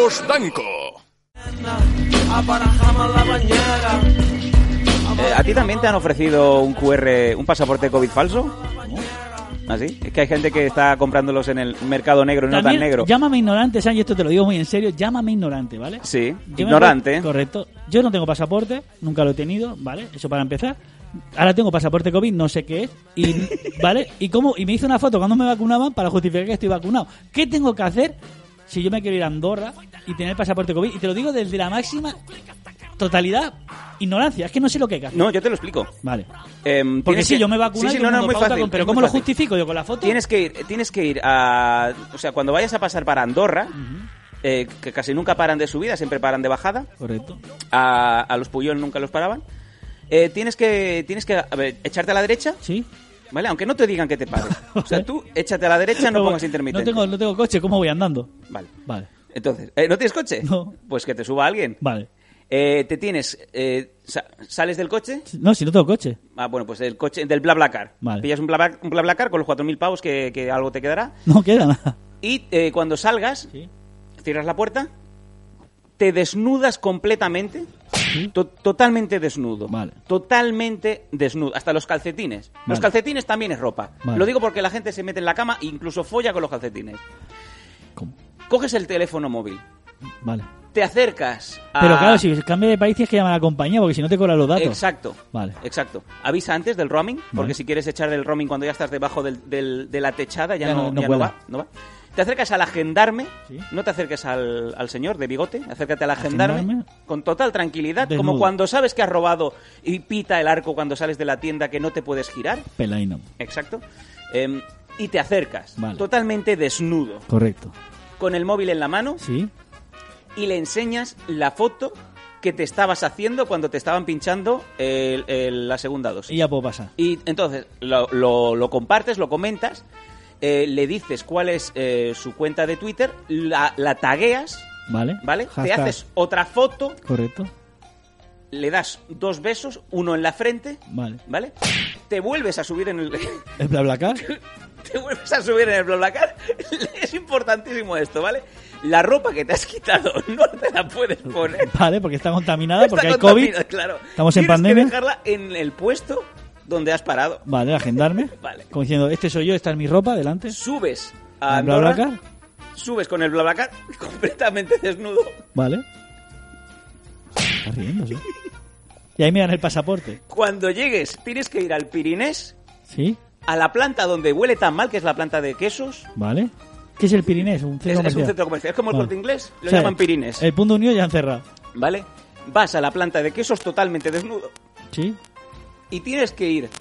Seguros Danco. ¿A ti también te han ofrecido un QR, un pasaporte COVID falso? ¿Ah, sí? Es que hay gente que está comprándolos en el mercado negro y no tan negro. Llámame ignorante, Sánchez, esto te lo digo muy en serio. Llámame ignorante, ¿vale? Sí, ignorante. Correcto. Yo no tengo pasaporte, nunca lo he tenido, ¿vale? Eso para empezar. Ahora tengo pasaporte COVID, no sé qué es. Y, ¿vale? Y me hice una foto cuando me vacunaban para justificar que estoy vacunado. ¿Qué tengo que hacer si yo me quiero ir a Andorra y tener pasaporte COVID? Y te lo digo desde la máxima totalidad ignorancia. Es que no sé lo que hay que hacer. No, yo te lo explico. Vale. Porque si yo me vacuno, sí, no, es muy fácil. Pero ¿cómo lo justifico? Yo con la foto. Tienes que ir a... O sea, cuando vayas a pasar para Andorra, que casi nunca paran de subida, siempre paran de bajada. Correcto. A los Puyol nunca los paraban. Tienes que a ver, echarte a la derecha. Sí. ¿Vale? Aunque no te digan que te pares. O sea, tú échate a la derecha, no pongas intermitente. No tengo coche, ¿cómo voy andando? Vale. Entonces, ¿no tienes coche? No. Pues que te suba alguien. Vale. ¿Sales del coche? No, si no tengo coche. Ah, bueno, pues el coche del BlaBlaCar. Vale. Pillas un BlaBlaCar con los 4.000 pavos que algo te quedará. No queda nada. Y cuando salgas, ¿sí? Cierras la puerta, te desnudas completamente. ¿Sí? Totalmente desnudo. Vale. Totalmente desnudo. Hasta los calcetines. Vale. Los calcetines también es ropa. Vale. Lo digo porque la gente se mete en la cama e incluso folla con los calcetines. ¿Cómo? Coges el teléfono móvil. Vale. Te acercas a... Pero claro, si cambia de país tienes que llamar a la compañía porque si no te cobran los datos. Exacto. Vale. Exacto. Avisa antes del roaming, porque vale. si quieres echar el roaming cuando ya estás debajo de la techada, ya no va. Te acercas al agendarme, ¿sí? No te acerques al señor de bigote, acércate al agendarme con total tranquilidad, desnudo. Como cuando sabes que has robado y pita el arco cuando sales de la tienda que no te puedes girar. Pelaino. Exacto. Y te acercas, vale. Totalmente desnudo. Correcto. Con el móvil en la mano. Sí. Y le enseñas la foto que te estabas haciendo cuando te estaban pinchando la segunda dosis. Y ya puedo pasar. Y entonces lo compartes, lo comentas, le dices cuál es su cuenta de Twitter, la tagueas, ¿vale? Hashtag. Te haces otra foto. Correcto. Le das 2 besos, uno en la frente, ¿vale? Te vuelves a subir en ¿El BlaBlaCar? Te vuelves a subir en el BlaBlaCar. Es importantísimo esto, ¿vale? La ropa que te has quitado no te la puedes poner. Vale, porque está contaminada, porque hay COVID. Claro. Estamos en pandemia. Tienes que dejarla en el puesto donde has parado. Vale, agendarme. Vale. Como diciendo, este soy yo, esta es mi ropa, delante. Subes a Andorra, BlaBlaCar. Subes con el BlaBlaCar completamente desnudo. Vale. Está riendo, sí. Y ahí me dan el pasaporte. Cuando llegues, tienes que ir al Pirinés. Sí. A la planta donde huele tan mal, que es la planta de quesos. Vale. ¿Qué es el Pirinés? ¿Un centro comercial? Es un centro comercial. Es como el Corte Inglés. Lo llaman Pirinés. El Punto Unión ya han cerrado. ¿Vale? Vas a la planta de quesos totalmente desnudo. Sí. Y tienes que ir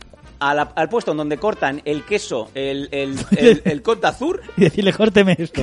al puesto en donde cortan el queso, el Côte d'Azur. Y decirle, córteme esto.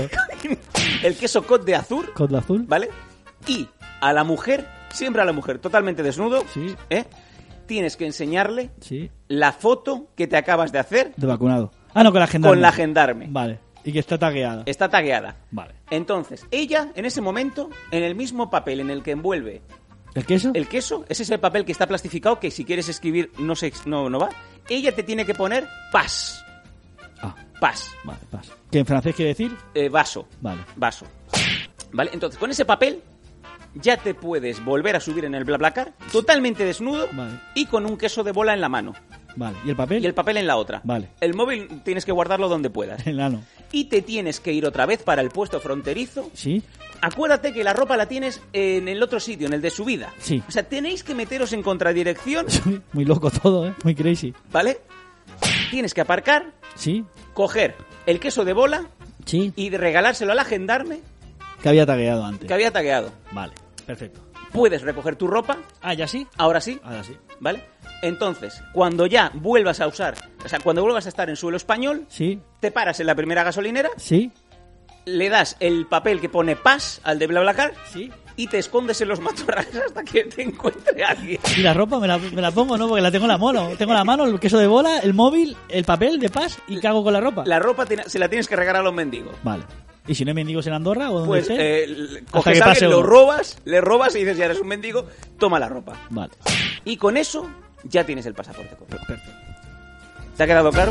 El queso Côte d'Azur. Côte d'Azur. ¿Vale? Y a la mujer, siempre a la mujer, totalmente desnudo. Sí. Tienes que enseñarle sí. La foto que te acabas de hacer. De vacunado. Ah, no, con la agendarme. Con la agendarme. Vale. Y que está tagueada. Está tagueada. Vale. Entonces, ella, en ese momento, en el mismo papel en el que envuelve... ¿El queso? El queso, ese es el papel que está plastificado, que si quieres escribir no va. Ella te tiene que poner pas. Ah. Pas. Vale, pas. ¿Qué en francés quiere decir? Vaso. Vale. Vaso. Vale, entonces, con ese papel... ya te puedes volver a subir en el BlaBlaCar totalmente desnudo, vale. Y con un queso de bola en la mano. Vale. ¿Y el papel? Y el papel en la otra. Vale. El móvil tienes que guardarlo donde puedas. En la ano. Y te tienes que ir otra vez para el puesto fronterizo. Sí. Acuérdate que la ropa la tienes en el otro sitio, en el de subida. Sí. O sea, tenéis que meteros en contradirección. Muy loco todo, ¿eh? Muy crazy. ¿Vale? Tienes que aparcar. Sí. Coger el queso de bola. Sí. Y regalárselo al agendarme. Que había tagueado antes. Que había tagueado. Vale. Perfecto. Puedes recoger tu ropa. Ah, ¿ya sí? Ahora sí. Ahora sí. ¿Vale? Entonces, cuando ya vuelvas a usar, o sea, cuando vuelvas a estar en suelo español, sí. Te paras en la primera gasolinera, sí. Le das el papel que pone PAS al de BlaBlaCar, sí. Y te escondes en los matorrales hasta que te encuentre alguien. ¿Y la ropa me la pongo, no? Porque la tengo en la mano. Tengo en la mano el queso de bola, el móvil, el papel de PAS y ¿qué hago con la ropa? La ropa se la tienes que regalar a los mendigos. Vale. ¿Y si no hay mendigos en Andorra o donde pues, sea? Coges a alguien, lo robas, le robas y dices, ya eres un mendigo, toma la ropa. Vale. Y con eso ya tienes el pasaporte completo. Perfecto. ¿Te ha quedado claro?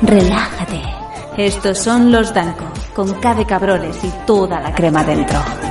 Relájate. Estos son los Danco, con K de cabrones y toda la crema dentro.